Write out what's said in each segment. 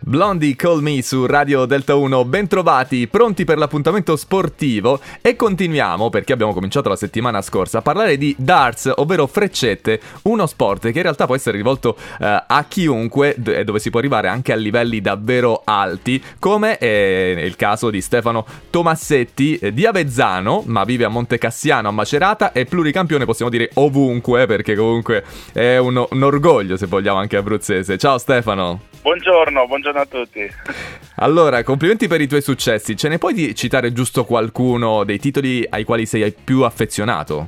Blondie Call Me su Radio Delta 1, bentrovati, pronti per l'appuntamento sportivo e continuiamo, perché abbiamo cominciato la settimana scorsa, a parlare di darts, ovvero freccette, uno sport che in realtà può essere rivolto a chiunque e dove si può arrivare anche a livelli davvero alti, come è il caso di Stefano Tomassetti di Avezzano, ma vive a Montecassiano, a Macerata, e pluricampione possiamo dire ovunque, perché comunque è un orgoglio, se vogliamo, anche abruzzese. Ciao Stefano! Buongiorno a tutti. Allora, complimenti per i tuoi successi. Ce ne puoi citare giusto qualcuno dei titoli ai quali sei più affezionato?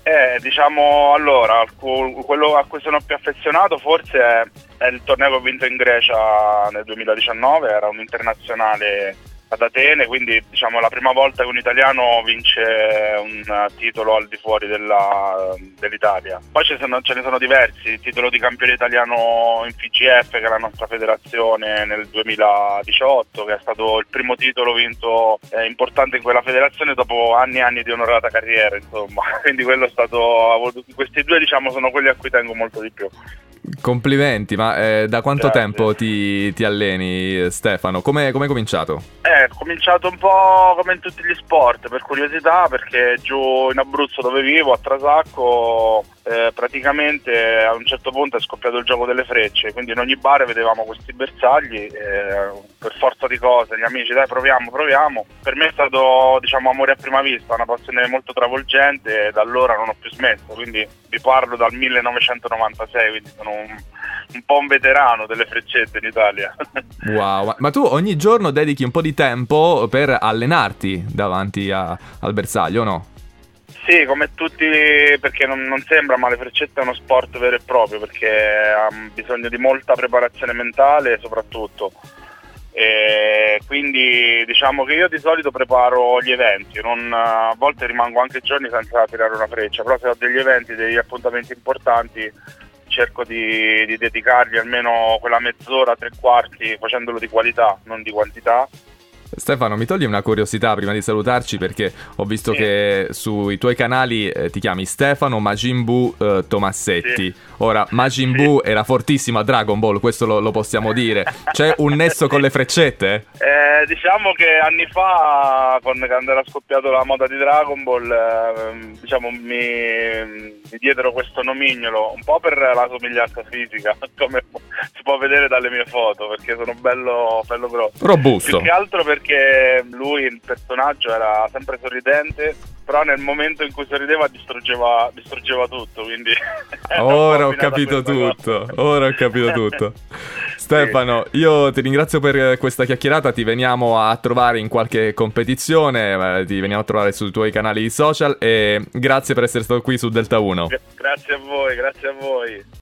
Allora, quello a cui sono più affezionato forse è il torneo che ho vinto in Grecia nel 2019, era un internazionale ad Atene, quindi diciamo la prima volta che un italiano vince un titolo al di fuori dell'Italia. Poi ce ne sono diversi, il titolo di campione italiano in FIGF, che è la nostra federazione, nel 2018, che è stato il primo titolo vinto importante in quella federazione dopo anni e anni di onorata carriera, insomma. Quindi quello è stato, questi due diciamo sono quelli a cui tengo molto di più. Complimenti, ma da quanto Grazie. tempo ti alleni, Stefano? Come hai cominciato? Ho cominciato un po' come in tutti gli sport, per curiosità, perché giù in Abruzzo dove vivo, a Trasacco, praticamente a un certo punto è scoppiato il gioco delle frecce, quindi in ogni bar vedevamo questi bersagli, per forza di cose gli amici dai proviamo. Per me è stato diciamo amore a prima vista, una passione molto travolgente, e da allora non ho più smesso, quindi vi parlo dal 1996, quindi sono un po' un veterano delle freccette in Italia. Wow, ma tu ogni giorno dedichi un po' di tempo per allenarti davanti al bersaglio, o no? Sì, come tutti, perché non sembra, ma le freccette è uno sport vero e proprio, perché ha bisogno di molta preparazione mentale soprattutto. E quindi diciamo che io di solito preparo gli eventi, a volte rimango anche giorni senza tirare una freccia, però se ho degli eventi, degli appuntamenti importanti, cerco di dedicargli almeno quella mezz'ora, tre quarti, facendolo di qualità, non di quantità. Stefano, mi togli una curiosità prima di salutarci, perché ho visto che sui tuoi canali ti chiami Stefano Majin Buu Tomassetti. Sì. Ora, Majin Buu era fortissimo a Dragon Ball, questo lo possiamo dire. C'è un nesso con le freccette? Diciamo che anni fa, quando era scoppiato la moda di Dragon Ball, diciamo mi diedero questo nomignolo, un po' per la somiglianza fisica, come si può vedere dalle mie foto, perché sono bello grosso. Robusto. Più che altro perché lui, il personaggio, era sempre sorridente, però nel momento in cui sorrideva distruggeva tutto, quindi... Ora ho capito tutto. Stefano, io ti ringrazio per questa chiacchierata, ti veniamo a trovare in qualche competizione, ti veniamo a trovare sui tuoi canali social, e grazie per essere stato qui su Delta 1. Grazie a voi.